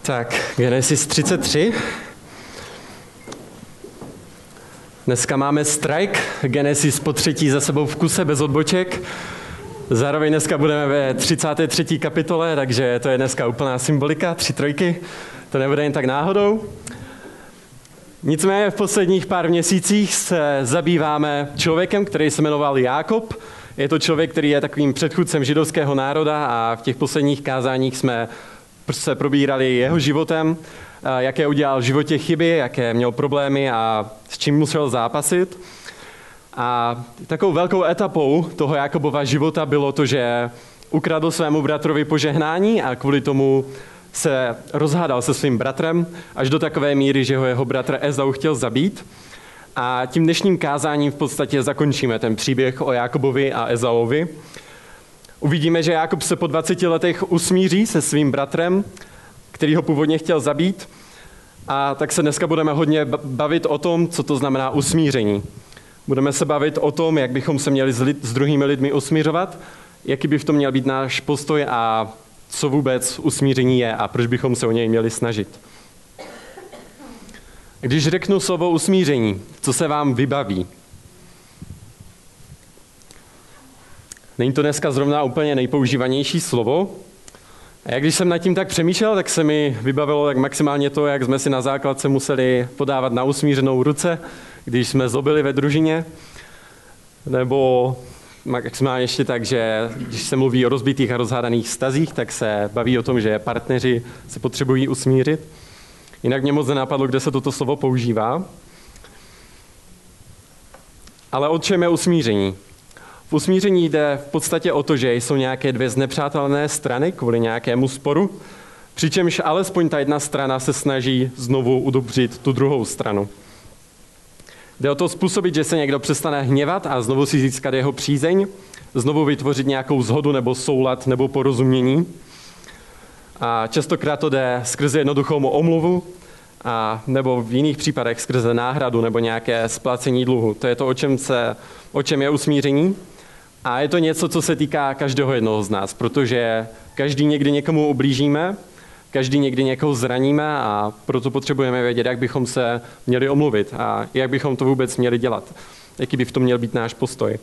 Tak, Genesis 33. Dneska máme strike, Genesis po třetí za sebou v kuse, bez odboček. Zároveň dneska budeme ve 33. kapitole, takže to je dneska úplná symbolika, 3 trojky. To nebude jen tak náhodou. Nicméně v posledních pár měsících se zabýváme člověkem, který se jmenoval Jákob. Je to člověk, který je takovým předchůdcem židovského národa a v těch posledních kázáních jsme se probírali jeho životem, jaké udělal v životě chyby, jaké měl problémy a s čím musel zápasit. A takovou velkou etapou toho Jákobova života bylo to, že ukradl svému bratrovi požehnání a kvůli tomu se rozhádal se svým bratrem až do takové míry, že ho jeho bratr Ezau chtěl zabít. A tím dnešním kázáním v podstatě zakončíme ten příběh o Jákobovi a Ezauovi. Uvidíme, že Jákob se po 20 letech usmíří se svým bratrem, který ho původně chtěl zabít. A tak se dneska budeme hodně bavit o tom, co to znamená usmíření. Budeme se bavit o tom, jak bychom se měli s druhými lidmi usmířovat, jaký by v tom měl být náš postoj a co vůbec usmíření je a proč bychom se o něj měli snažit. Když řeknu slovo usmíření, co se vám vybaví? Není to dneska zrovna úplně nejpoužívanější slovo. A když jsem nad tím tak přemýšlel, tak se mi vybavilo tak maximálně to, jak jsme si na základce museli podávat na usmířenou ruce, když jsme zlobili ve družině. Nebo maximálně ještě tak, že když se mluví o rozbitých a rozhádaných vztazích, tak se baví o tom, že partneři se potřebují usmířit. Jinak mě moc nenapadlo, kde se toto slovo používá. Ale o čem je usmíření? V usmíření jde v podstatě o to, že jsou nějaké dvě znepřátelné strany kvůli nějakému sporu, přičemž alespoň ta jedna strana se snaží znovu udobřit tu druhou stranu. Jde o to způsobit, že se někdo přestane hněvat a znovu si získat jeho přízeň, znovu vytvořit nějakou shodu nebo soulad nebo porozumění. A častokrát to jde skrze jednoduchou omluvu, a nebo v jiných případech skrze náhradu nebo nějaké splacení dluhu. To je to, o čem je usmíření. A je to něco, co se týká každého jednoho z nás, protože každý někdy někomu ublížíme, každý někdy někoho zraníme a proto potřebujeme vědět, jak bychom se měli omluvit a jak bychom to vůbec měli dělat. Jaký by v tom měl být náš postoj.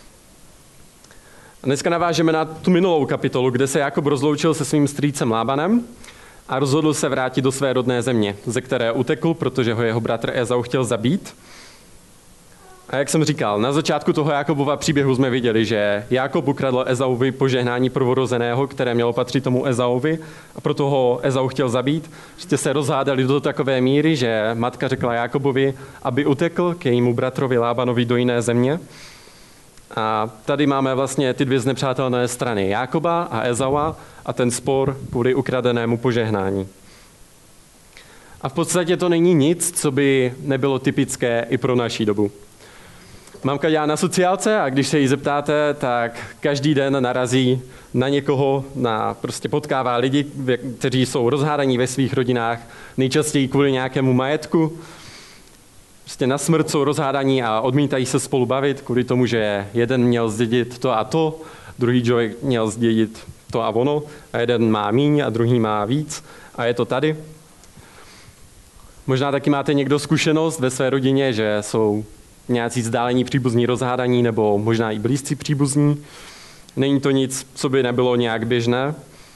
A dneska navážeme na tu minulou kapitolu, kde se Jákob rozloučil se svým strýcem Lábanem a rozhodl se vrátit do své rodné země, ze které utekl, protože ho jeho bratr Ezau chtěl zabít. A jak jsem říkal, na začátku toho Jákobova příběhu jsme viděli, že Jákob ukradl Ezauvi požehnání prvorozeného, které mělo patřit tomu Ezauvi, a proto ho Ezau chtěl zabít. Prostě se rozhádali do takové míry, že matka řekla Jákobovi, aby utekl k jejímu bratrovi Lábanovi do jiné země. A tady máme vlastně ty dvě znepřátelné strany, Jákoba a Ezaua, a ten spor kvůli ukradenému požehnání. A v podstatě to není nic, co by nebylo typické i pro naší dobu. Mamka dělá na sociálce a když se jí zeptáte, tak každý den narazí na někoho, prostě potkává lidi, kteří jsou rozhádaní ve svých rodinách, nejčastěji kvůli nějakému majetku. Prostě na smrt jsou rozhádaní a odmítají se spolu bavit kvůli tomu, že jeden měl zdědit to a to, druhý člověk měl zdědit to a ono, a jeden má míň a druhý má víc a je to tady. Možná taky máte někdo zkušenost ve své rodině, že jsou nějací vzdálení příbuzní rozhádaní nebo možná i blízcí příbuzní. Není to nic, co by nebylo nějak běžné.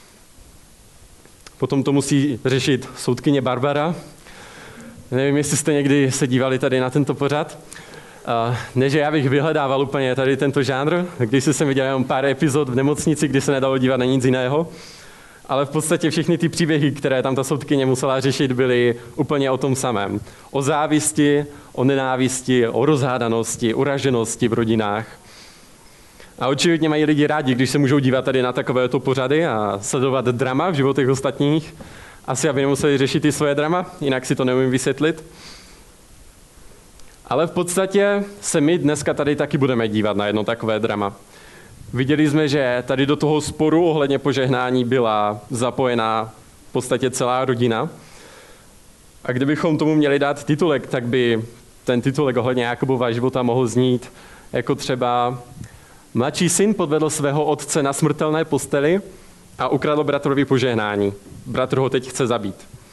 Potom to musí řešit soudkyně Barbara. Nevím, jestli jste někdy se dívali tady na tento pořad. Ne, že já bych vyhledával úplně tady tento žánr, když jsem viděl jenom pár epizod v nemocnici, kdy se nedalo dívat na nic jiného. Ale v podstatě všechny ty příběhy, které tam ta soudkyně musela řešit, byly úplně o tom samém. O závisti, o nenávisti, o rozhádanosti, uraženosti v rodinách. A očividně mají lidi rádi, když se můžou dívat tady na takovéto pořady a sledovat drama v životech ostatních. Asi aby nemuseli řešit i svoje drama, jinak si to neumím vysvětlit. Ale v podstatě se my dneska tady taky budeme dívat na jedno takové drama. Viděli jsme, že tady do toho sporu ohledně požehnání byla zapojená v podstatě celá rodina. A kdybychom tomu měli dát titulek, tak by ten titulek ohledně Jákobova života mohl znít jako třeba Mladší syn podvedl svého otce na smrtelné posteli a ukradl bratrovi požehnání. Bratr ho teď chce zabít.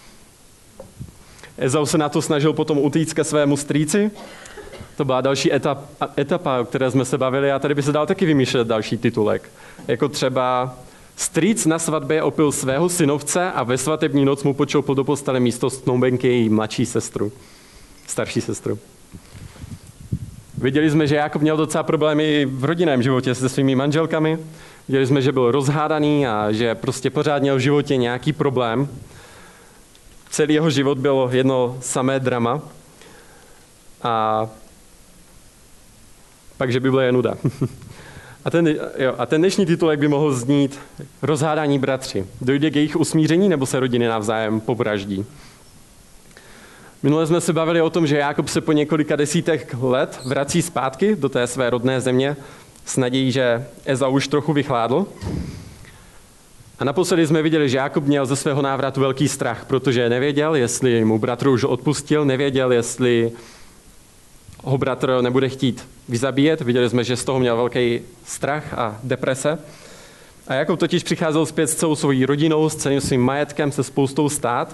Ezau se na to snažil potom utíct ke svému strýci. To byla další etapa, o které jsme se bavili a tady by se dal taky vymýšlet další titulek. Jako třeba strýc na svatbě opil svého synovce a ve svatební noc mu počoupil do postele místo snoubenky její mladší sestru, starší sestru. Viděli jsme, že Jákob měl docela problémy v rodinném životě se svými manželkami. Viděli jsme, že byl rozhádaný a že prostě pořád měl v životě nějaký problém. Celý jeho život bylo jedno samé drama. A pak, že Bible je nuda. A ten dnešní titulek by mohl znít Rozhádání bratři. Dojde k jejich usmíření, nebo se rodiny navzájem povraždí? Minule jsme se bavili o tom, že Jákob se po několika desítek let vrací zpátky do té své rodné země s nadějí, že Ezau už trochu vychládl. A naposledy jsme viděli, že Jákob měl ze svého návratu velký strach, protože nevěděl, jestli mu bratr už odpustil, nevěděl, jestli ho bratr nebude chtít vyzabíjet. Viděli jsme, že z toho měl velký strach a deprese. A Jákob totiž přicházel zpět s celou svojí rodinou, s celým svým majetkem, se spoustou stát.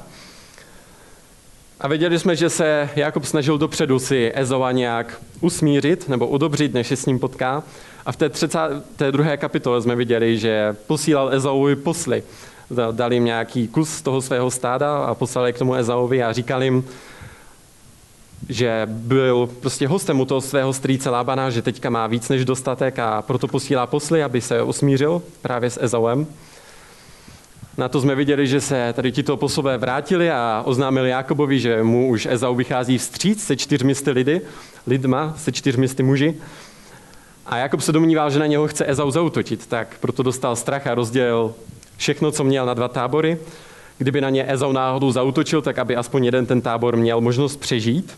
A věděli jsme, že se Jákob snažil dopředu si Ezaua nějak usmířit nebo udobřit, než se s ním potká. A v té 32. kapitole jsme viděli, že posílal Ezauvi posly. Dal jim nějaký kus z toho svého stáda a poslal je k tomu Ezauvi a říkal jim, že byl prostě hostem u toho svého strýce Lábana, že teďka má víc než dostatek a proto posílá posly, aby se usmířil právě s Ezauem. Na to jsme viděli, že se tady tito poslové vrátili a oznámili Jákobovi, že mu už Ezau vychází vstříc se 400 lidma, se 400 muži. A Jákob se domníval, že na něho chce Ezau zaútočit, tak proto dostal strach a rozdělil všechno, co měl, na 2 tábory. Kdyby na ně Ezau náhodou zaútočil, tak aby aspoň jeden ten tábor měl možnost přežít.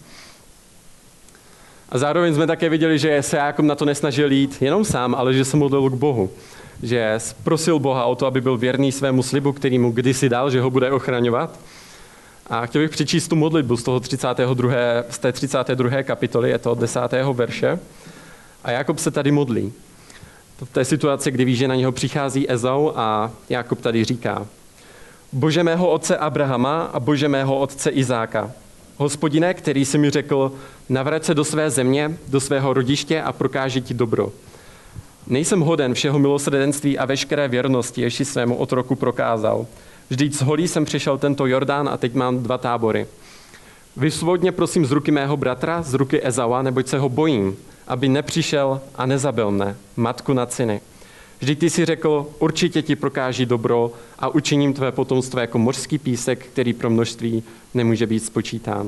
A zároveň jsme také viděli, že se Jákob na to nesnažil jít jenom sám, ale že se modlil k Bohu. Že prosil Boha o to, aby byl věrný svému slibu, který mu kdysi dal, že ho bude ochraňovat. A chtěl bych přečíst tu modlitbu z té 32. kapitoly, je to 10. verše. A Jákob se tady modlí. V té situaci, kdy ví, že na něho přichází Ezau a Jákob tady říká: Bože mého otce Abrahama a Bože mého otce Izáka, Hospodine, který jsi mi řekl, navrať se do své země, do svého rodiště a prokáži ti dobro. Nejsem hoden všeho milosrdenství a veškeré věrnosti, jež si svému otroku prokázal. Vždyť z holí jsem přešel tento Jordán a teď mám 2 tábory. Vysvobodně prosím z ruky mého bratra, z ruky Ezaua, neboť se ho bojím, aby nepřišel a nezabil mne, matku nad syny. Vždyť ty si řekl, určitě ti prokáží dobro a učiním tvé potomstvo jako mořský písek, který pro množství nemůže být spočítán.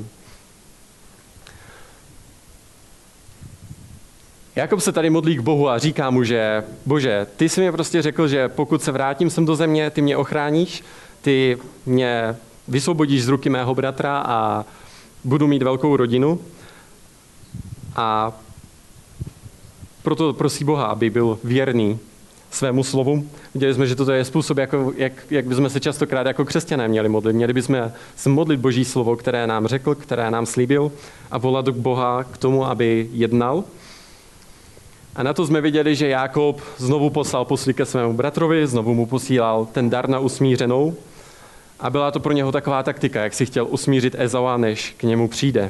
Jákob se tady modlí k Bohu a říká mu, že Bože, ty jsi mi prostě řekl, že pokud se vrátím sem do země, ty mě ochráníš, ty mě vysvobodíš z ruky mého bratra a budu mít velkou rodinu. A proto prosí Boha, aby byl věrný svému slovu. Viděli jsme, že toto je způsob, jak bychom se častokrát jako křesťané měli modlit. Měli bychom se modlit Boží slovo, které nám řekl, které nám slíbil a volat k Boha k tomu, aby jednal. A na to jsme viděli, že Jákob znovu poslal posly ke svému bratrovi, znovu mu posílal ten dar na usmířenou. A byla to pro něho taková taktika, jak si chtěl usmířit Ezaua, než k němu přijde.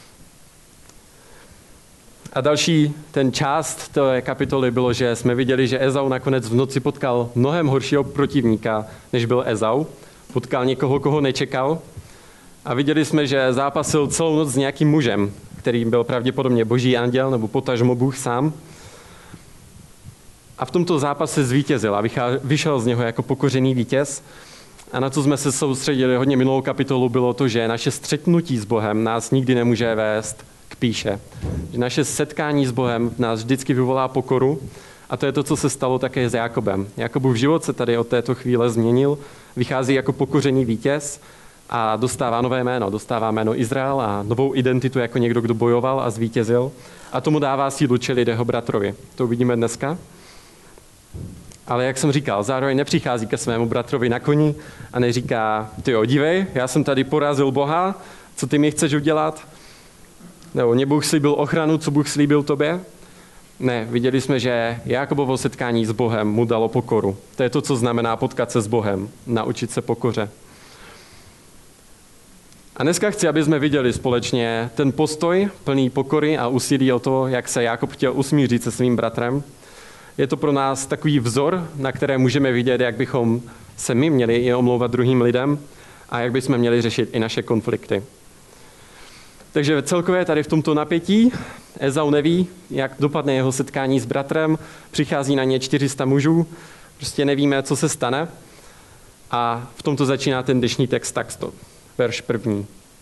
A další ten část té kapitoly bylo, že jsme viděli, že Ezau nakonec v noci potkal mnohem horšího protivníka, než byl Ezau. Potkal někoho, koho nečekal. A viděli jsme, že zápasil celou noc s nějakým mužem, který byl pravděpodobně boží anděl nebo potažmo Bůh sám. A v tomto zápase zvítězil a vyšel z něho jako pokořený vítěz. A na co jsme se soustředili hodně minulou kapitolu, bylo to, že naše střetnutí s Bohem nás nikdy nemůže vést k píše. Že naše setkání s Bohem v nás vždycky vyvolá pokoru a to je to, co se stalo také s Jákobem. Jákobův život se tady od této chvíle změnil, vychází jako pokořený vítěz a dostává nové jméno. Dostává jméno Izrael a novou identitu jako někdo, kdo bojoval a zvítězil a tomu dává sílu čelit jeho bratrovi. To uvidíme dneska. Ale jak jsem říkal, zároveň nepřichází ke svému bratrovi na koni a neříká, tyjo, dívej, já jsem tady porazil Boha, co ty mi chceš udělat? Nebo mě Bůh slíbil ochranu, co Bůh slíbil tobě? Ne, viděli jsme, že Jákobovo setkání s Bohem mu dalo pokoru. To je to, co znamená potkat se s Bohem, naučit se pokoře. A dneska chci, aby jsme viděli společně ten postoj plný pokory a úsilí o to, jak se Jákob chtěl usmířit se svým bratrem. Je to pro nás takový vzor, na které můžeme vidět, jak bychom se my měli i omlouvat druhým lidem a jak bychom měli řešit i naše konflikty. Takže celkově tady v tomto napětí Ezau neví, jak dopadne jeho setkání s bratrem, přichází na ně 400 mužů, prostě nevíme, co se stane. A v tomto začíná ten dnešní text takto, verš 1.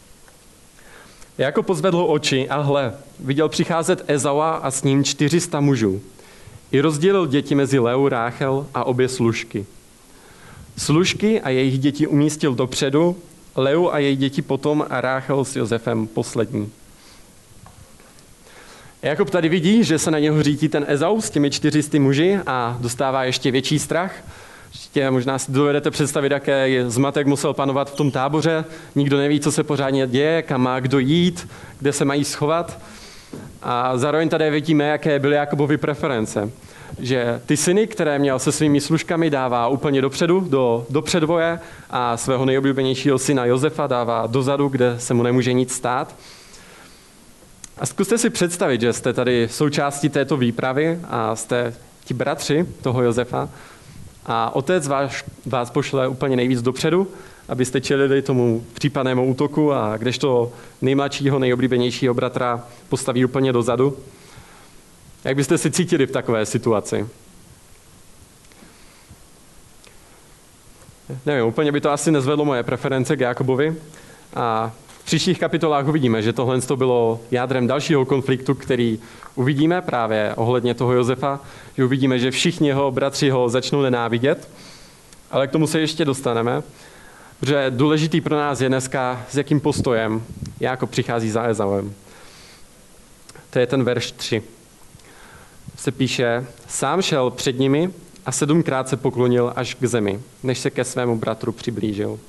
Jákob pozvedl oči a hle, viděl přicházet Ezaua a s ním 400 mužů. I rozdělil děti mezi Leu, Ráchel a obě služky. Služky a jejich děti umístil dopředu, Leu a její děti potom a Ráchel s Josefem poslední. Jákob tady vidí, že se na něho řítí ten Ezau s těmi 400 muži a dostává ještě větší strach. Ještě možná si dovedete představit, jaký zmatek musel panovat v tom táboře. Nikdo neví, co se pořádně děje, kam má kdo jít, kde se mají schovat. A zároveň tady vidíme, jaké byly Jákobovy preference. Že ty syny, které měl se svými služkami, dává úplně dopředu, do předvoje a svého nejoblíbenějšího syna Josefa dává dozadu, kde se mu nemůže nic stát. A zkuste si představit, že jste tady součástí této výpravy a jste ti bratři toho Josefa a otec vás pošle úplně nejvíc dopředu, abyste čelili tomu případnému útoku a kdežto nejmladšího, nejoblíbenějšího bratra postaví úplně dozadu. Jak byste si cítili v takové situaci? Nevím, úplně by to asi nezvedlo moje preference k Jákobovi. A v příštích kapitolách uvidíme, že tohle bylo jádrem dalšího konfliktu, který uvidíme právě ohledně toho Josefa, že uvidíme, že všichni jeho bratři ho začnou nenávidět, ale k tomu se ještě dostaneme, protože důležitý pro nás je dneska, s jakým postojem Jákob přichází za Ezauem. To je ten verš 3. Se píše, sám šel před nimi a 7krát se poklonil až k zemi, než se ke svému bratru přiblížil.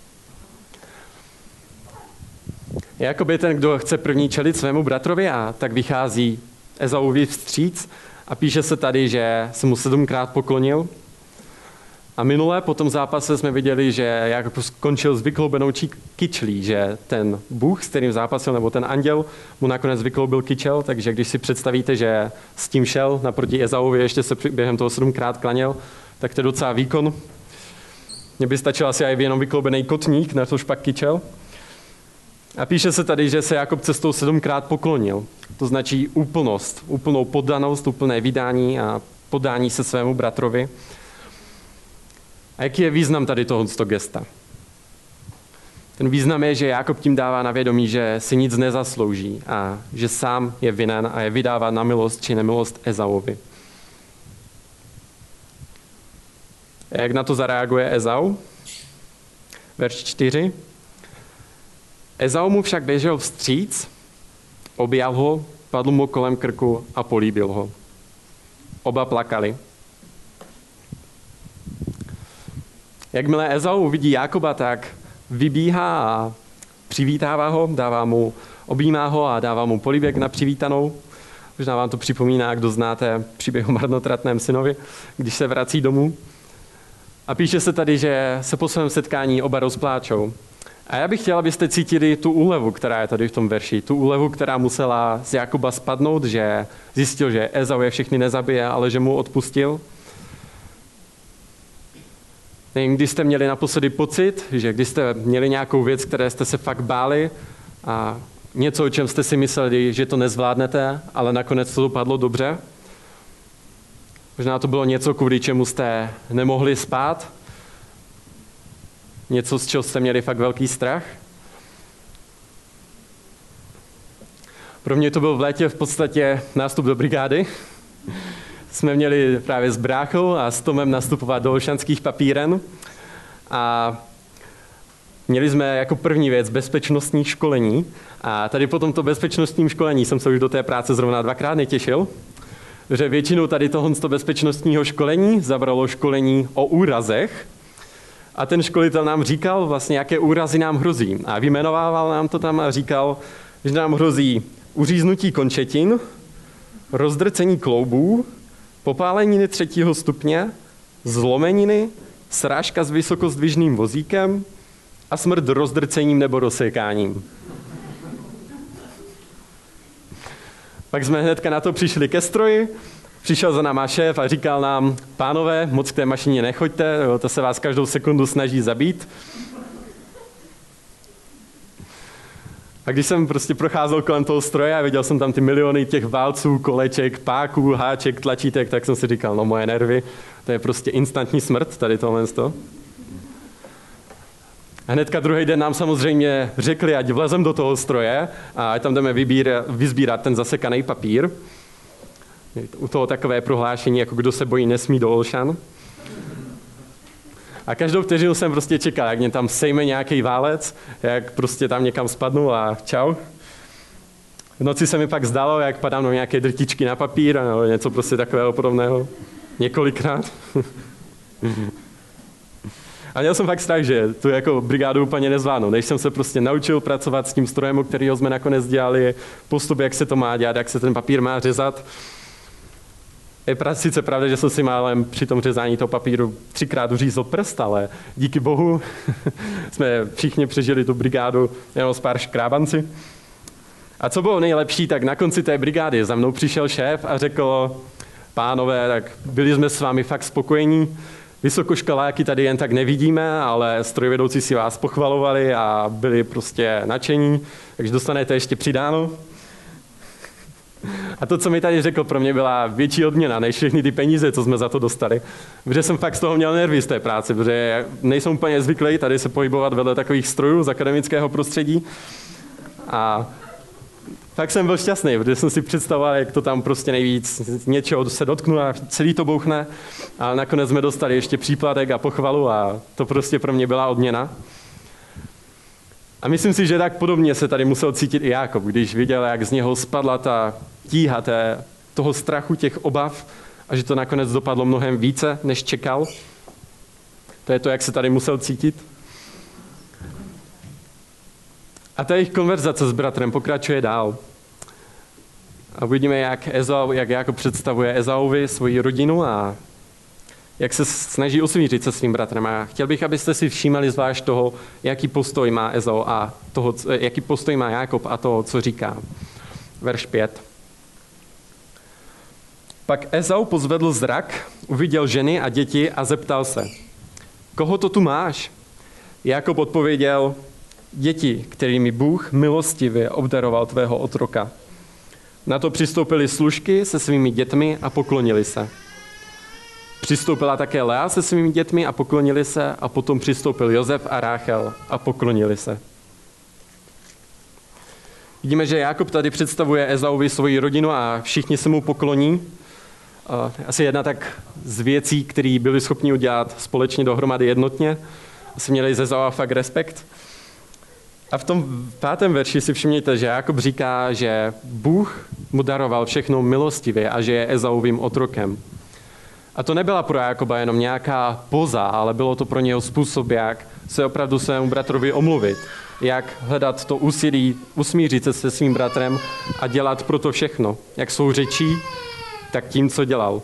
Jákob je ten, kdo chce první čelit svému bratrovi a tak vychází Ezauvi vstříc a píše se tady, že se mu 7krát poklonil. A minule po tom zápase jsme viděli, že Jákob skončil s vykloubenou kyčlí, že ten Bůh, s kterým zápasil, nebo ten anděl, mu nakonec vykloubil kyčel, takže když si představíte, že s tím šel naproti Ezauvi, ještě se během toho 7krát klaněl, tak to je docela výkon. Mně by stačil asi i jenom vykloubený kotník, na tož pak kyčel. A píše se tady, že se Jákob cestou 7krát poklonil. To značí úplnost, úplnou poddanost, úplné vydání a podání se svému bratrovi. A jaký je význam tady tohoto gesta? Ten význam je, že Jákob tím dává na vědomí, že si nic nezaslouží a že sám je vinen a je vydává na milost či nemilost Ezauovi. A jak na to zareaguje Ezau? Verš 4. Ezau mu však běžel vstříc, objal ho, padl mu kolem krku a políbil ho. Oba plakali. Jakmile Ezau uvidí Jákoba, tak vybíhá a přivítává ho, objímá ho a dává mu polibek na přivítanou. Možná vám to připomíná, kdo znáte příběh o marnotratném synovi, když se vrací domů. A píše se tady, že se po svém setkání oba rozpláčou. A já bych chtěl, abyste cítili tu úlevu, která je tady v tom verši. Tu úlevu, která musela z Jákoba spadnout, že zjistil, že Ezau je všechny nezabije, ale že mu odpustil. Nevím, když jste měli naposledy pocit, že když jste měli nějakou věc, které jste se fakt báli a něco, o čem jste si mysleli, že to nezvládnete, ale nakonec to dopadlo dobře. Možná to bylo něco, kvůli čemu jste nemohli spát. Něco, z čeho jste měli fakt velký strach. Pro mě to byl v létě v podstatě nástup do brigády. Jsme měli právě s bráchou a s Tomem nastupovat do Olšanských papíren a měli jsme jako první věc bezpečnostní školení a tady po tomto bezpečnostním školení jsem se už do té práce zrovna 2krát netěšil, že většinou tady tohoto bezpečnostního školení zabralo školení o úrazech a ten školitel nám říkal vlastně, jaké úrazy nám hrozí a vyjmenovával nám to tam a říkal, že nám hrozí uříznutí končetin, rozdrcení kloubů, popáleniny 3. stupně, zlomeniny, srážka s vysokozdvižným vozíkem, a smrt rozdrcením nebo rozsékáním. Pak jsme hnedka na to přišli ke stroji, přišel za náma šéf a říkal nám, pánové, moc k té mašině nechoďte, to se vás každou sekundu snaží zabít. A když jsem prostě procházel kolem toho stroje a viděl jsem tam ty miliony těch válců, koleček, páků, háček, tlačítek, tak jsem si říkal, no moje nervy, to je prostě instantní smrt, tady tohle. A hnedka druhý den nám samozřejmě řekli, ať vlezem do toho stroje a ať tam jdeme vyzbírat ten zasekaný papír. U toho takové prohlášení, jako kdo se bojí, nesmí do Olšan. A každou vteřinu jsem prostě čekal, jak mě tam sejme nějaký válec, jak prostě tam někam spadnu a čau. V noci se mi pak zdalo, jak padám do nějaké drtičky na papír nebo něco prostě takového podobného. Několikrát. A měl jsem fakt strach, že tu jako brigádu úplně nezvládnu. Než jsem se prostě naučil pracovat s tím strojem, o kterého jsme nakonec dělali, postup, jak se to má dělat, jak se ten papír má řezat. Je sice pravda, že jsem si málem při tom řezání toho papíru 3krát uřízl prst, ale díky bohu jsme všichni přežili tu brigádu jenom s pár škrábanci. A co bylo nejlepší, tak na konci té brigády za mnou přišel šéf a řekl, pánové, tak byli jsme s vámi fakt spokojení, vysokoškoláky tady jen tak nevidíme, ale strojvedoucí si vás pochvalovali a byli prostě nadšení, takže dostanete ještě přidáno. A to, co mi tady řekl, pro mě byla větší odměna než všechny ty peníze, co jsme za to dostali. Protože jsem fakt z toho měl nervy z té práce, protože nejsem úplně zvyklý tady se pohybovat vedle takových strojů z akademického prostředí. A tak jsem byl šťastný, protože jsem si představoval, jak to tam prostě nejvíc něčeho se dotknu a celý to bouchne. A nakonec jsme dostali ještě příplatek a pochvalu a to prostě pro mě byla odměna. A myslím si, že tak podobně se tady musel cítit i Jákob, když viděl, jak z něho spadla ta tíha toho strachu, těch obav a že to nakonec dopadlo mnohem více, než čekal. To je to, jak se tady musel cítit. A ta jejich konverzace s bratrem pokračuje dál. A uvidíme, jak Jákob představuje Ezauvi svoji rodinu a jak se snaží usmířit se svým bratrem. A chtěl bych, abyste si všímali zvlášť toho, jaký postoj má Ezau a toho, jaký postoj má Jákob a toho, co říká. Verš 5. Pak Ezau pozvedl zrak, uviděl ženy a děti a zeptal se, koho to tu máš? Jákob odpověděl, děti, kterými Bůh milostivě obdaroval tvého otroka. Na to přistoupili služky se svými dětmi a poklonili se. Přistoupila také Lea se svými dětmi a poklonili se a potom přistoupil Josef a Ráchel a poklonili se. Vidíme, že Jákob tady představuje Ezauvi svoji rodinu a všichni se mu pokloní. Asi jedna tak z věcí, které byli schopni udělat společně dohromady jednotně. Asi měli ze Ezaua fakt respekt. A v tom 5. verši si všimněte, že Jákob říká, že Bůh mu daroval všechno milostivě a že je Ezauvým otrokem. A to nebyla pro Jákoba jenom nějaká poza, ale bylo to pro něho způsob, jak se opravdu svému bratrovi omluvit. Jak hledat to úsilí, usmířit se se svým bratrem a dělat pro to všechno. Jak svou řečí, tak tím, co dělal.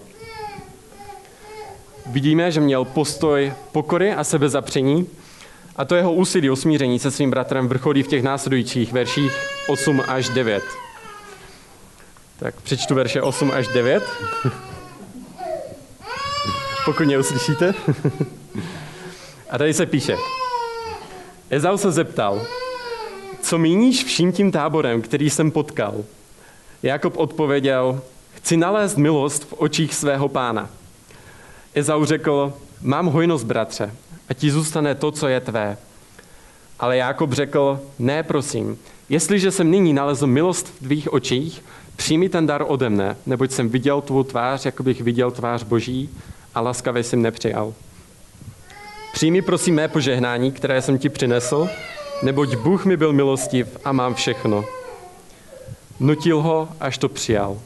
Vidíme, že měl postoj pokory a sebezapření a to jeho úsilí o smíření se svým bratrem vrcholí v těch následujících verších 8 až 9. Tak přečtu verše 8 až 9. Pokud mě uslyšíte. A tady se píše. Ezau se zeptal, co míníš vším tím táborem, který jsem potkal? Jákob odpověděl, chci nalézt milost v očích svého pána. Ezau řekl, mám hojnost, bratře, a ti zůstane to, co je tvé. Ale Jákob řekl, ne, prosím, jestliže jsem nyní nalezl milost v tvých očích, přijmi ten dar ode mne, neboť jsem viděl tvou tvář, jako bych viděl tvář Boží, a laskavě jsem nepřijal. Přijmi prosím mé požehnání, které jsem ti přinesl, neboť Bůh mi byl milostiv a mám všechno. Nutil ho, až to přijal.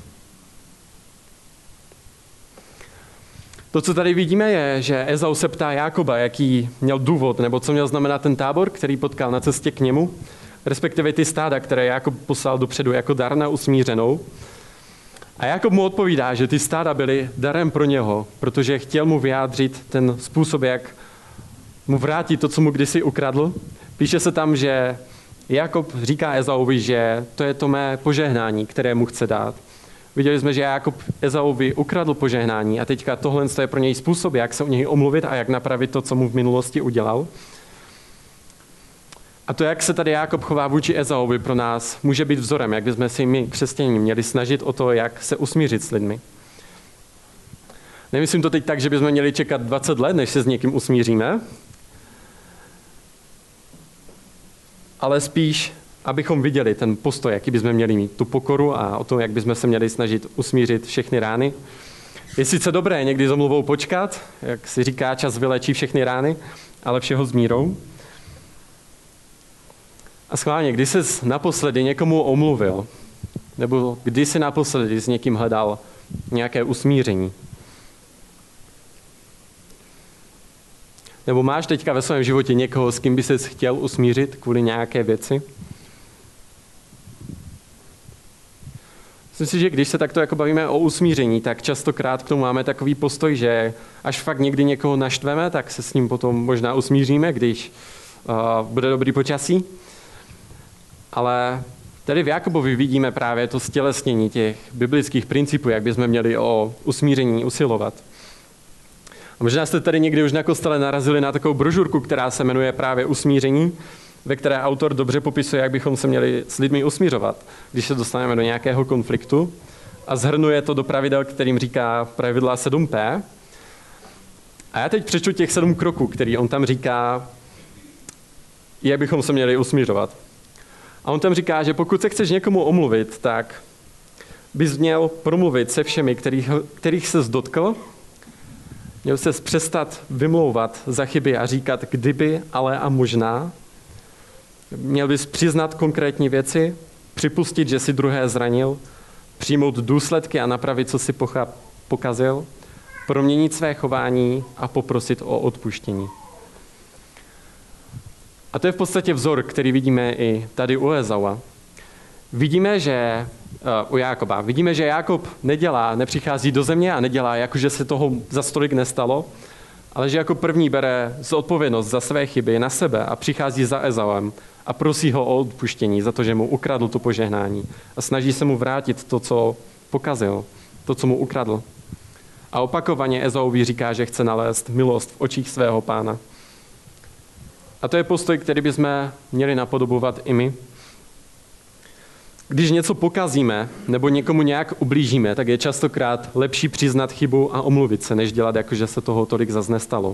To, co tady vidíme, je, že Ezau se ptá Jákoba, jaký měl důvod, nebo co měl znamenat ten tábor, který potkal na cestě k němu, respektive ty stáda, které Jákob poslal dopředu jako dar na usmířenou. A Jákob mu odpovídá, že ty stáda byly darem pro něho, protože chtěl mu vyjádřit ten způsob, jak mu vrátí to, co mu kdysi ukradl. Píše se tam, že Jakob říká Ezauvi, že to je to mé požehnání, které mu chce dát. Viděli jsme, že Jakob Ezauvi ukradl požehnání a teďka tohle je pro něj způsob, jak se u něj omluvit a jak napravit to, co mu v minulosti udělal. A to, jak se tady Jakob chová vůči Ezauvi, pro nás může být vzorem, jak bychom si my, křesťané, měli snažit o to, jak se usmířit s lidmi. Nemyslím to teď tak, že bychom měli čekat 20 let, než se s někým usmíříme, ale spíš, abychom viděli ten postoj, jaký bychom měli mít, tu pokoru a o to, jak bychom se měli snažit usmířit všechny rány. Je sice dobré někdy s omluvou počkat, jak si říká, čas vylečí všechny rány, ale všeho s mírou. A schválně, kdy jsi naposledy někomu omluvil, nebo kdy jsi naposledy s někým hledal nějaké usmíření? Nebo máš teďka ve svém životě někoho, s kým by ses chtěl usmířit kvůli nějaké věci? Myslím si, že když se takto jako bavíme o usmíření, tak častokrát k tomu máme takový postoj, že až fakt někdy někoho naštveme, tak se s ním potom možná usmíříme, když bude dobrý počasí. Ale tady v Jakobovi vidíme právě to stělesnění těch biblických principů, jak bychom měli o usmíření usilovat. A možná jste tady někdy už na kostele narazili na takovou brožurku, která se jmenuje právě Usmíření, ve které autor dobře popisuje, jak bychom se měli s lidmi usmířovat, když se dostaneme do nějakého konfliktu. A zhrnuje to do pravidel, kterým říká pravidla 7P. A já teď přečtu těch 7 kroků, který on tam říká, jak bychom se měli usmířovat. A on tam říká, že pokud se chceš někomu omluvit, tak bys měl promluvit se všemi, kterých ses dotkl. Měl ses přestat vymlouvat za chyby a říkat kdyby, ale a možná. Měl bys přiznat konkrétní věci, připustit, že si druhé zranil, přijmout důsledky a napravit, co si pokazil, proměnit své chování a poprosit o odpuštění. A to je v podstatě vzor, který vidíme i tady u Ezaua. Vidíme, že u Jákoba. Vidíme, že Jákob nepřichází do země a nedělá, jakože se toho za stolik nestalo, ale že jako první bere zodpovědnost za své chyby na sebe a přichází za Ezauem a prosí ho o odpuštění za to, že mu ukradl to požehnání a snaží se mu vrátit to, co pokazil, to, co mu ukradl. A opakovaně Ezauvi říká, že chce nalézt milost v očích svého pána. A to je postoj, který bychom měli napodobovat i my. Když něco pokazíme nebo někomu nějak ublížíme, tak je častokrát lepší přiznat chybu a omluvit se, než dělat, jako že se toho tolik zas nestalo.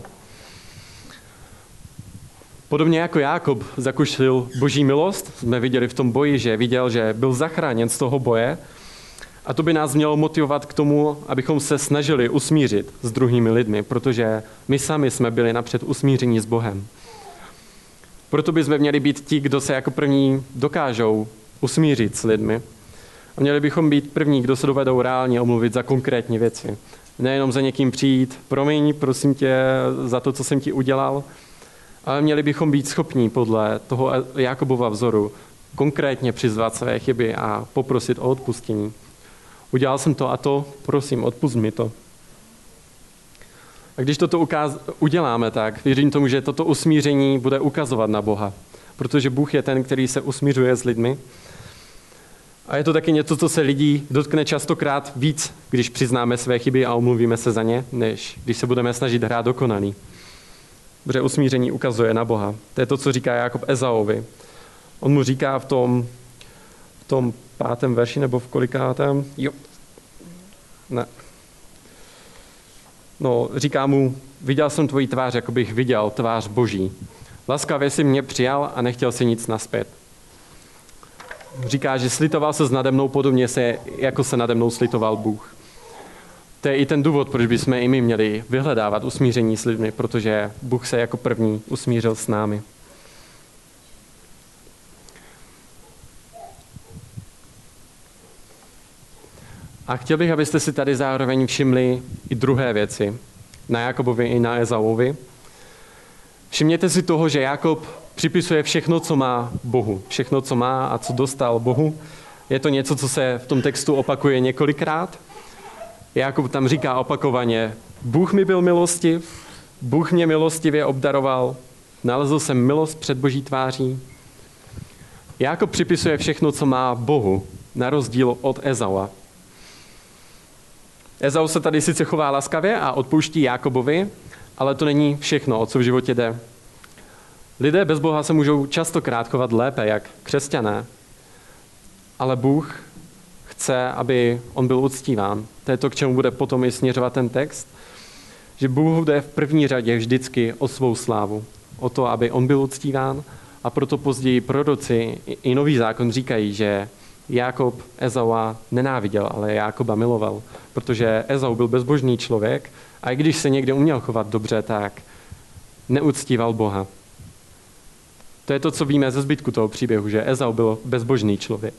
Podobně jako Jákob zakušil boží milost, jsme viděli v tom boji, že viděl, že byl zachráněn z toho boje, a to by nás mělo motivovat k tomu, abychom se snažili usmířit s druhými lidmi, protože my sami jsme byli napřed usmíření s Bohem. Proto bychom měli být ti, kdo se jako první dokážou usmířit s lidmi. A měli bychom být první, kdo se dovedou reálně omluvit za konkrétní věci. Nejenom za někým přijít, promiň, prosím tě, za to, co jsem ti udělal, ale měli bychom být schopní podle toho Jakobova vzoru konkrétně přizvat své chyby a poprosit o odpuštění. Udělal jsem to a to, prosím, odpusť mi to. A když toto uděláme, tak věřím tomu, že toto usmíření bude ukazovat na Boha, protože Bůh je ten, který se usmířuje s lidmi. A je to taky něco, co se lidí dotkne častokrát víc, když přiznáme své chyby a omluvíme se za ně, než když se budeme snažit hrát dokonalý. Protože usmíření ukazuje na Boha. To je to, co říká Jákob Ezauvi. On mu říká v tom 5. verši, nebo v kolikátém? Jo. Ne. No, říká mu, viděl jsem tvoji tvář, jako bych viděl tvář Boží. Laskavě si mě přijal a nechtěl si nic nazpět. Říká, že slitoval se nade mnou podobně jako se nade mnou slitoval Bůh. To je i ten důvod, proč bychom i my měli vyhledávat usmíření s lidmi, protože Bůh se jako první usmířil s námi. A chtěl bych, abyste si tady zároveň všimli i druhé věci, na Jakobovi i na Ezauovi. Všimněte si toho, že Jakob připisuje všechno, co má Bohu. Všechno, co má a co dostal Bohu. Je to něco, co se v tom textu opakuje několikrát. Jakob tam říká opakovaně, Bůh mi byl milostiv, Bůh mě milostivě obdaroval, nalezl jsem milost před Boží tváří. Jákob připisuje všechno, co má Bohu, na rozdíl od Ezaua. Ezau se tady sice chová laskavě a odpouští Jákobovi, ale to není všechno, o co v životě jde. Lidé bez Boha se můžou častokrát chovat lépe, jak křesťané, ale Bůh chce, aby on byl uctíván. To je to, k čemu bude potom i směřovat ten text, že Bůh jde v první řadě vždycky o svou slávu, o to, aby on byl uctíván, a proto později proroci i Nový zákon říkají, že Jákob Ezaua nenáviděl, ale Jákoba miloval, protože Ezau byl bezbožný člověk a i když se někde uměl chovat dobře, tak neuctíval Boha. To je to, co víme ze zbytku toho příběhu, že Ezau byl bezbožný člověk.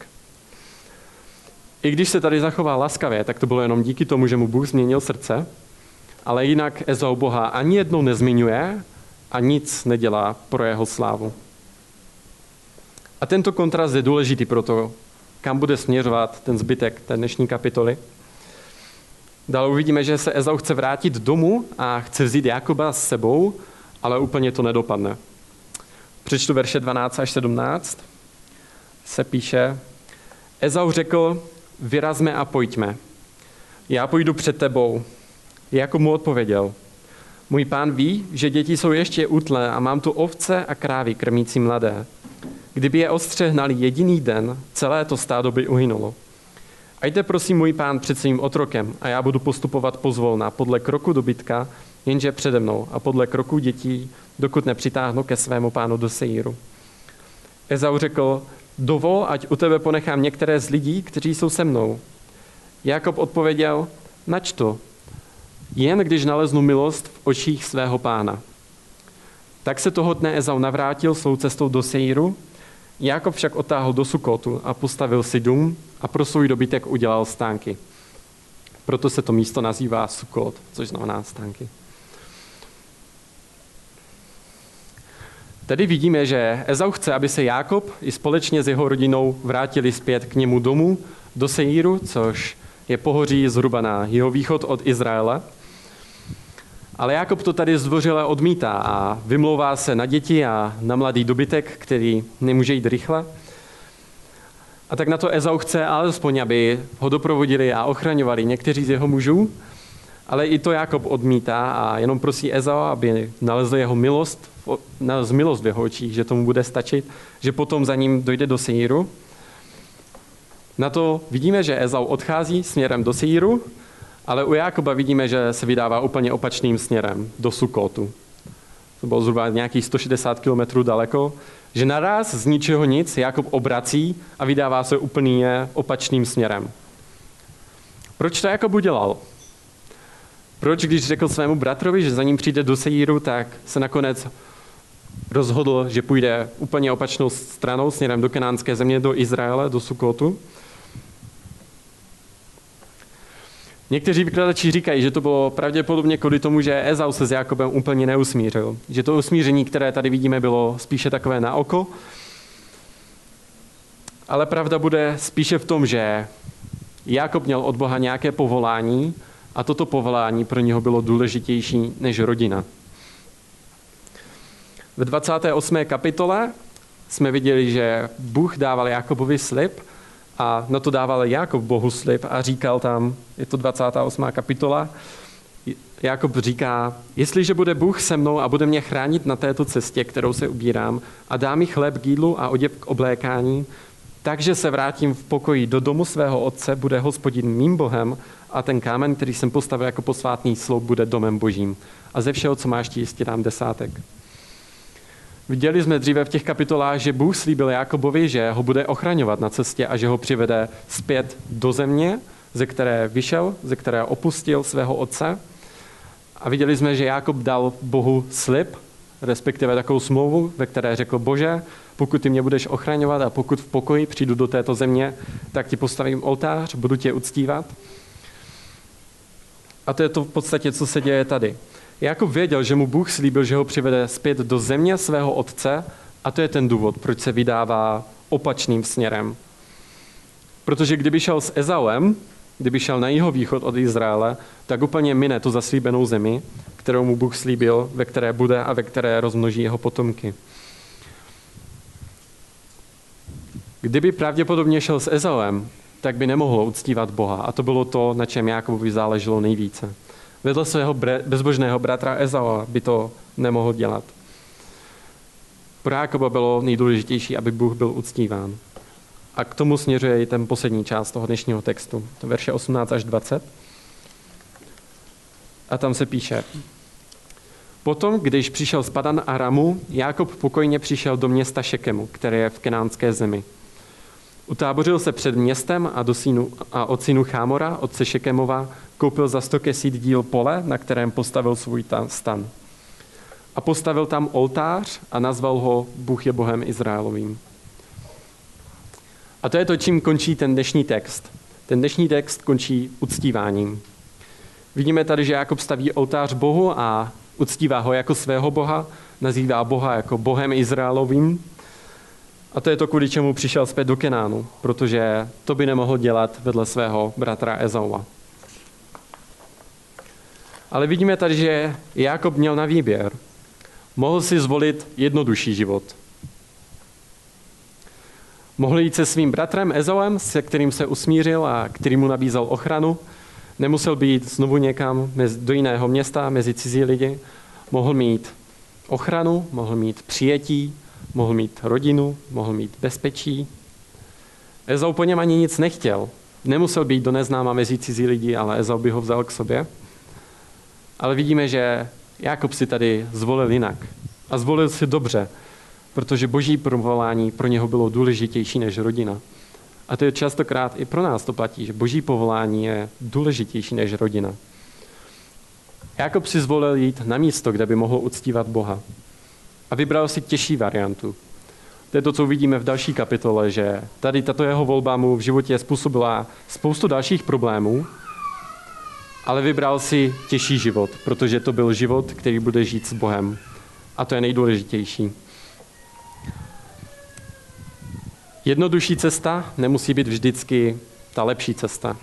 I když se tady zachoval laskavě, tak to bylo jenom díky tomu, že mu Bůh změnil srdce, ale jinak Ezau Boha ani jednou nezmiňuje a nic nedělá pro jeho slávu. A tento kontrast je důležitý pro to, kam bude směřovat ten zbytek té dnešní kapitoly. Dále uvidíme, že se Ezau chce vrátit domů a chce vzít Jákoba s sebou, ale úplně to nedopadne. Přečtu verše 12 až 17. Se píše: Ezau řekl, vyrazme a pojďme. Já půjdu před tebou. Jákob mu odpověděl: můj pán ví, že děti jsou ještě útlé a mám tu ovce a krávy krmící mladé. Kdyby je ostřehnali jediný den, celé to stádo by uhynulo. A jde prosím můj pán před svým otrokem a já budu postupovat pozvolna podle kroku dobytka, jenže přede mnou, a podle kroku dětí, dokud nepřitáhnu ke svému pánu do Seiru. Ezau řekl: dovol, ať u tebe ponechám některé z lidí, kteří jsou se mnou. Jákob odpověděl: nač to, jen když naleznu milost v očích svého pána. Tak se toho dne Ezau navrátil svou cestou do Seiru, Jákob však otáhl do Sukotu a postavil si dům a pro svůj dobytek udělal stánky. Proto se to místo nazývá Sukot, což znamená stánky. Tedy vidíme, že Ezau chce, aby se Jákob i společně s jeho rodinou vrátili zpět k němu domů do Seiru, což je pohoří zhruba na jihovýchod od Izraele. Ale Jákob to tady zdvořile odmítá a vymlouvá se na děti a na mladý dobytek, který nemůže jít rychle. A tak na to Ezau chce alespoň, aby ho doprovodili a ochraňovali někteří z jeho mužů, ale i to Jákob odmítá a jenom prosí Ezau, aby nalezl jeho milost v jeho očích, že tomu bude stačit, že potom za ním dojde do Seiru. Na to vidíme, že Ezau odchází směrem do Seiru, ale u Jákoba vidíme, že se vydává úplně opačným směrem, do Sukotu. To bylo zhruba nějakých 160 kilometrů daleko, že naraz z ničeho nic Jákob obrací a vydává se úplně opačným směrem. Proč to Jákob udělal? Proč, když řekl svému bratrovi, že za ním přijde do Seiru, tak se nakonec rozhodl, že půjde úplně opačnou stranou směrem do kanánské země, do Izraele, do Sukotu? Někteří vykladači říkají, že to bylo pravděpodobně kvůli tomu, že Ezau se s Jákobem úplně neusmířil. Že to usmíření, které tady vidíme, bylo spíše takové na oko. Ale pravda bude spíše v tom, že Jákob měl od Boha nějaké povolání a toto povolání pro něho bylo důležitější než rodina. V 28. kapitole jsme viděli, že Bůh dával Jákobovi slib a na to dával Jákob Bohu slib a říkal tam, je to 28. kapitola, Jákob říká: jestliže bude Bůh se mnou a bude mě chránit na této cestě, kterou se ubírám, a dá mi chléb k jídlu a oděv k oblékání, takže se vrátím v pokoji do domu svého otce, bude Hospodin mým Bohem a ten kámen, který jsem postavil jako posvátný sloup, bude domem Božím. A ze všeho, co máš, ti jistě dám desátek. Viděli jsme dříve v těch kapitolách, že Bůh slíbil Jákobovi, že ho bude ochraňovat na cestě a že ho přivede zpět do země, ze které vyšel, ze které opustil svého otce. A viděli jsme, že Jákob dal Bohu slib, respektive takovou smlouvu, ve které řekl: Bože, pokud ty mě budeš ochraňovat a pokud v pokoji přijdu do této země, tak ti postavím oltář, budu tě uctívat. A to je to v podstatě, co se děje tady. Jákob věděl, že mu Bůh slíbil, že ho přivede zpět do země svého otce, a to je ten důvod, proč se vydává opačným směrem. Protože kdyby šel s Ezauem, kdyby šel na jihovýchod od Izraele, tak úplně mine tu zaslíbenou zemi, kterou mu Bůh slíbil, ve které bude a ve které rozmnoží jeho potomky. Kdyby pravděpodobně šel s Ezauem, tak by nemohlo uctívat Boha. A to bylo to, na čem Jákobovi záleželo nejvíce. Vedle svého bezbožného bratra Ezaua by to nemohl dělat. Pro Jákoba bylo nejdůležitější, aby Bůh byl uctíván. A k tomu směřuje i ten poslední část toho dnešního textu, to verše 18 až 20. A tam se píše: Potom, když přišel z Padan Aramu, Jákob pokojně přišel do města Šekemu, které je v kenánské zemi. Utábořil se před městem a od synu Chámora, otce Šekemova, koupil za 100 kesít díl pole, na kterém postavil svůj stan. A postavil tam oltář a nazval ho Bůh je Bohem Izraelovým. A to je to, čím končí ten dnešní text. Ten dnešní text končí uctíváním. Vidíme tady, že Jákob staví oltář Bohu a uctívá ho jako svého Boha, nazývá Boha jako Bohem Izraelovým. A to je to, kvůli čemu přišel zpět do Kenánu, protože to by nemohl dělat vedle svého bratra Ezaua. Ale vidíme tady, že Jákob měl na výběr. Mohl si zvolit jednodušší život. Mohl jít se svým bratrem Ezauem, se kterým se usmířil a který mu nabízel ochranu. Nemusel být znovu někam do jiného města, mezi cizí lidi. Mohl mít ochranu, mohl mít přijetí, mohl mít rodinu, mohl mít bezpečí. Ezau po něm ani nic nechtěl. Nemusel být do neznáma mezi cizí lidi, ale Ezau by ho vzal k sobě. Ale vidíme, že Jákob si tady zvolil jinak. A zvolil si dobře, protože boží povolání pro něho bylo důležitější než rodina. A to je častokrát i pro nás to platí, že boží povolání je důležitější než rodina. Jákob si zvolil jít na místo, kde by mohl uctívat Boha. A vybral si těžší variantu. To je to, co uvidíme v další kapitole, že tady tato jeho volba mu v životě způsobila spoustu dalších problémů, ale vybral si těžší život, protože to byl život, který bude žít s Bohem. A to je nejdůležitější. Jednodušší cesta nemusí být vždycky ta lepší cesta.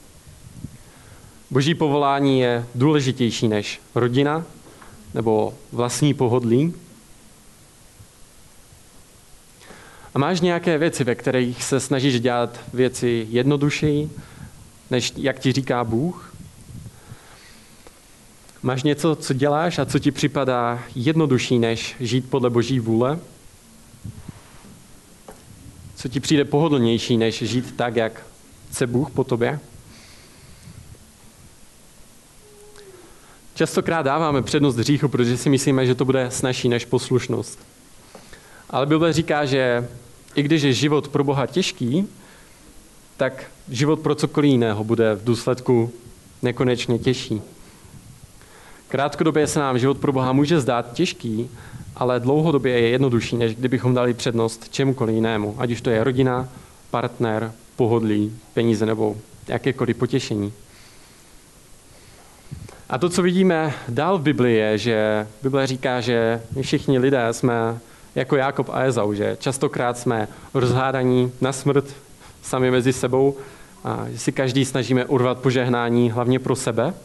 Boží povolání je důležitější než rodina nebo vlastní pohodlí. A máš nějaké věci, ve kterých se snažíš dělat věci jednodušeji, než jak ti říká Bůh? Máš něco, co děláš a co ti připadá jednodušší, než žít podle Boží vůle? Co ti přijde pohodlnější, než žít tak, jak chce Bůh po tobě? Častokrát dáváme přednost hříchu, protože si myslíme, že to bude snazší než poslušnost. Ale Bible říká, že i když je život pro Boha těžký, tak život pro cokoliv jiného bude v důsledku nekonečně těžší. Krátkodobě se nám život pro Boha může zdát těžký, ale dlouhodobě je jednodušší, než kdybychom dali přednost čemukoliv jinému, ať už to je rodina, partner, pohodlí, peníze nebo jakékoliv potěšení. A to, co vidíme dál v Biblii, je, že Bible říká, že my všichni lidé jsme jako Jákob a Ezau, že častokrát jsme rozhádaní na smrt sami mezi sebou a že si každý snažíme urvat požehnání hlavně pro sebe.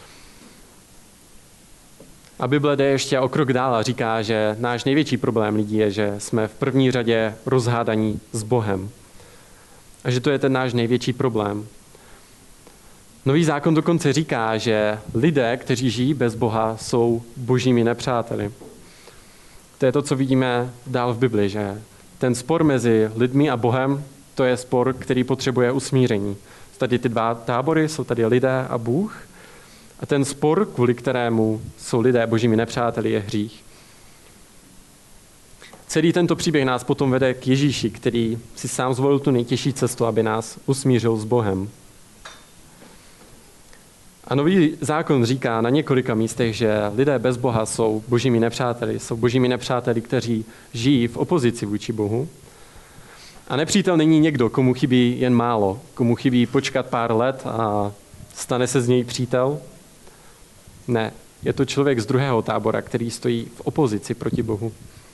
A Bible jde ještě o krok dál a říká, že náš největší problém lidí je, že jsme v první řadě rozhádaní s Bohem. A že to je ten náš největší problém. Nový zákon dokonce říká, že lidé, kteří žijí bez Boha, jsou božími nepřáteli. To je to, co vidíme dál v Bibli, že ten spor mezi lidmi a Bohem, to je spor, který potřebuje usmíření. Tady ty dva tábory, jsou tady lidé a Bůh. A ten spor, kvůli kterému jsou lidé božími nepřáteli, je hřích. Celý tento příběh nás potom vede k Ježíši, který si sám zvolil tu nejtěžší cestu, aby nás usmířil s Bohem. A nový zákon říká na několika místech, že lidé bez Boha jsou božími nepřáteli, kteří žijí v opozici vůči Bohu. A nepřítel není někdo, komu chybí jen málo, komu chybí počkat pár let a stane se z něj přítel. Ne, je to člověk z druhého tábora, který stojí v opozici proti Bohu.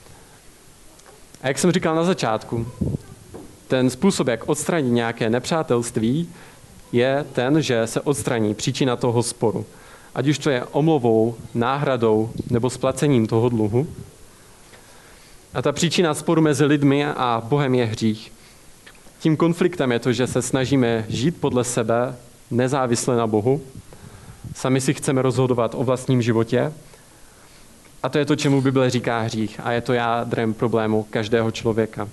A jak jsem říkal na začátku, ten způsob, jak odstranit nějaké nepřátelství, je ten, že se odstraní příčina toho sporu. ať už to je omluvou, náhradou nebo splacením toho dluhu. A ta příčina sporu mezi lidmi a Bohem je hřích. Tím konfliktem je to, že se snažíme žít podle sebe, nezávisle na Bohu. Sami si chceme rozhodovat o vlastním životě. A to je to, čemu Bible říká hřích. A je to jádrem problému každého člověka.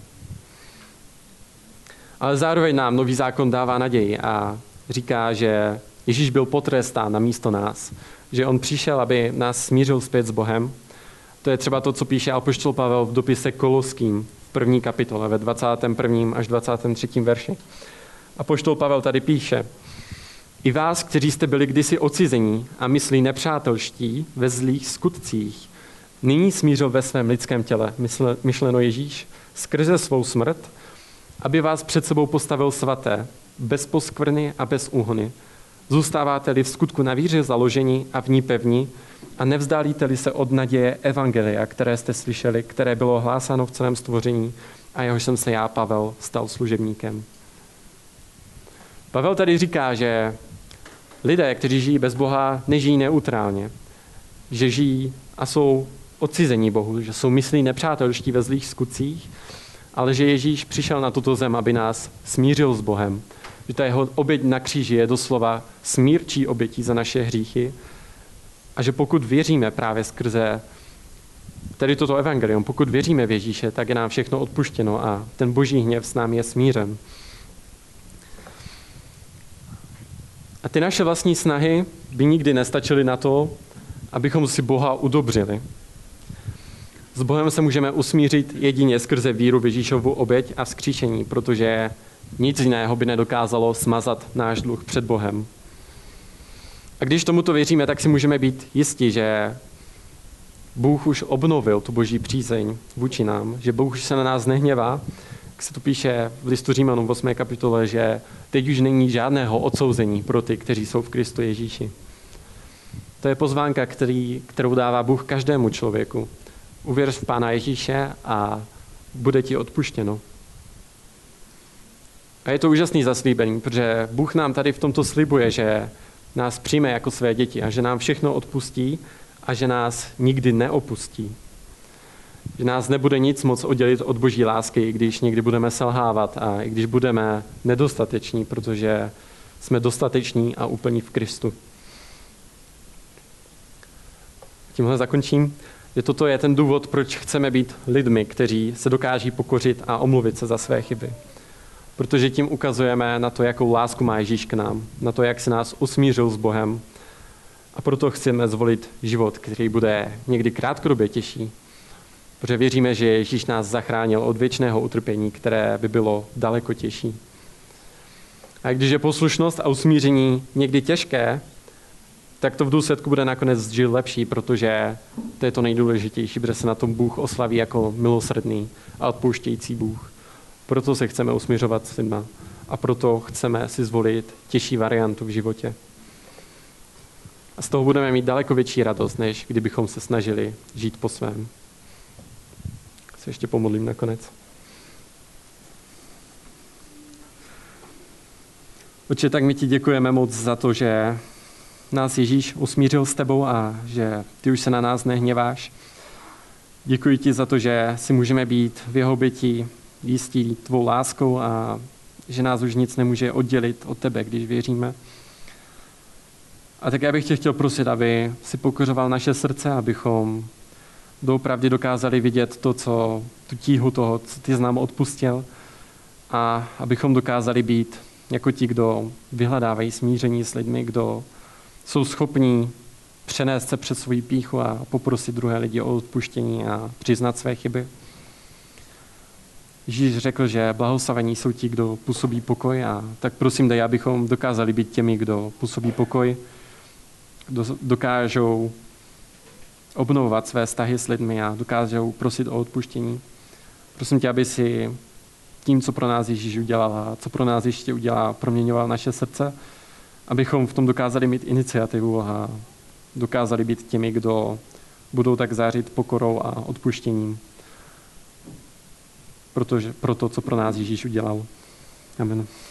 Ale zároveň nám Nový zákon dává naději a říká, že Ježíš byl potrestán na místo nás. Že on přišel, aby nás smířil zpět s Bohem. To je třeba to, co píše apoštol Pavel v dopise Koloským v 1. kapitole ve 21. až 23. verši. Apoštol Pavel tady píše: I vás, kteří jste byli kdysi odcizení a myslí nepřátelští ve zlých skutcích, nyní smířil ve svém lidském těle, myšleno Ježíš, skrze svou smrt, aby vás před sebou postavil svaté, bez poskvrny a bez úhony. Zůstáváte-li v skutku na víře založení a v ní pevní a nevzdálíte-li se od naděje evangelia, které jste slyšeli, které bylo hlásáno v celém stvoření a jehož jsem se já, Pavel, stal služebníkem. Pavel tady říká, že lidé, kteří žijí bez Boha, nežijí neutrálně, že žijí a jsou odcizení Bohu, že jsou myslí nepřátelští ve zlých skutcích, ale že Ježíš přišel na tuto zem, aby nás smířil s Bohem. Že ta jeho oběť na kříži je doslova smírčí obětí za naše hříchy a že pokud věříme právě skrze tedy toto evangelium, pokud věříme v Ježíše, tak je nám všechno odpuštěno a ten boží hněv s námi je smířen. A ty naše vlastní snahy by nikdy nestačily na to, abychom si Boha udobřili. S Bohem se můžeme usmířit jedině skrze víru v Ježíšovu oběť a vzkříšení, protože nic jiného by nedokázalo smazat náš dluh před Bohem. A když tomuto věříme, tak si můžeme být jistí, že Bůh už obnovil tu boží přízeň vůči nám, že Bůh už se na nás nehněvá. Jak se to píše v listu Římanům v 8. kapitole, že teď už není žádného odsouzení pro ty, kteří jsou v Kristu Ježíši. To je pozvánka, kterou dává Bůh každému člověku. Uvěř v Pána Ježíše a bude ti odpuštěno. A je to úžasný zaslíbení, protože Bůh nám tady v tomto slibuje, že nás přijme jako své děti a že nám všechno odpustí a že nás nikdy neopustí. Že nás nebude nic moc oddělit od boží lásky, i když někdy budeme selhávat a i když budeme nedostateční, protože jsme dostateční a úplní v Kristu. Tímhle zakončím, že toto je ten důvod, proč chceme být lidmi, kteří se dokáží pokořit a omluvit se za své chyby. Protože tím ukazujeme na to, jakou lásku má Ježíš k nám, na to, jak se nás usmířil s Bohem. A proto chceme zvolit život, který bude někdy krátkodobě těžší. Protože věříme, že Ježíš nás zachránil od věčného utrpení, které by bylo daleko těžší. A když je poslušnost a usmíření někdy těžké, tak to v důsledku bude nakonec žít lepší, protože to je to nejdůležitější, protože se na tom Bůh oslaví jako milosrdný a odpouštějící Bůh. Proto se chceme usmířovat s lidma a proto chceme si zvolit těžší variantu v životě. A z toho budeme mít daleko větší radost, než kdybychom se snažili žít po svém. Se ještě pomodlím nakonec. Otče, tak my ti děkujeme moc za to, že nás Ježíš usmířil s tebou a že ty už se na nás nehněváš. Děkuji ti za to, že si můžeme být v jeho oběti jistí tvou láskou a že nás už nic nemůže oddělit od tebe, když věříme. A tak já bych tě chtěl prosit, aby si pokořoval naše srdce, abychom doopravdy dokázali vidět tu tíhu toho, co ty jsi nám odpustil a abychom dokázali být jako ti, kdo vyhledávají smíření s lidmi, kdo jsou schopní přenést se přes svoji pýchu a poprosit druhé lidi o odpuštění a přiznat své chyby. Ježíš řekl, že blahoslavení jsou ti, kdo působí pokoj a tak prosím dej, abychom dokázali být těmi, kdo působí pokoj, dokážou obnovovat své vztahy s lidmi a dokážou prosit o odpuštění. Prosím tě, aby si tím, co pro nás Ježíš udělal a co pro nás ještě udělá, proměňoval naše srdce, abychom v tom dokázali mít iniciativu a dokázali být těmi, kdo budou tak zářit pokorou a odpuštěním pro to, co pro nás Ježíš udělal. Amen.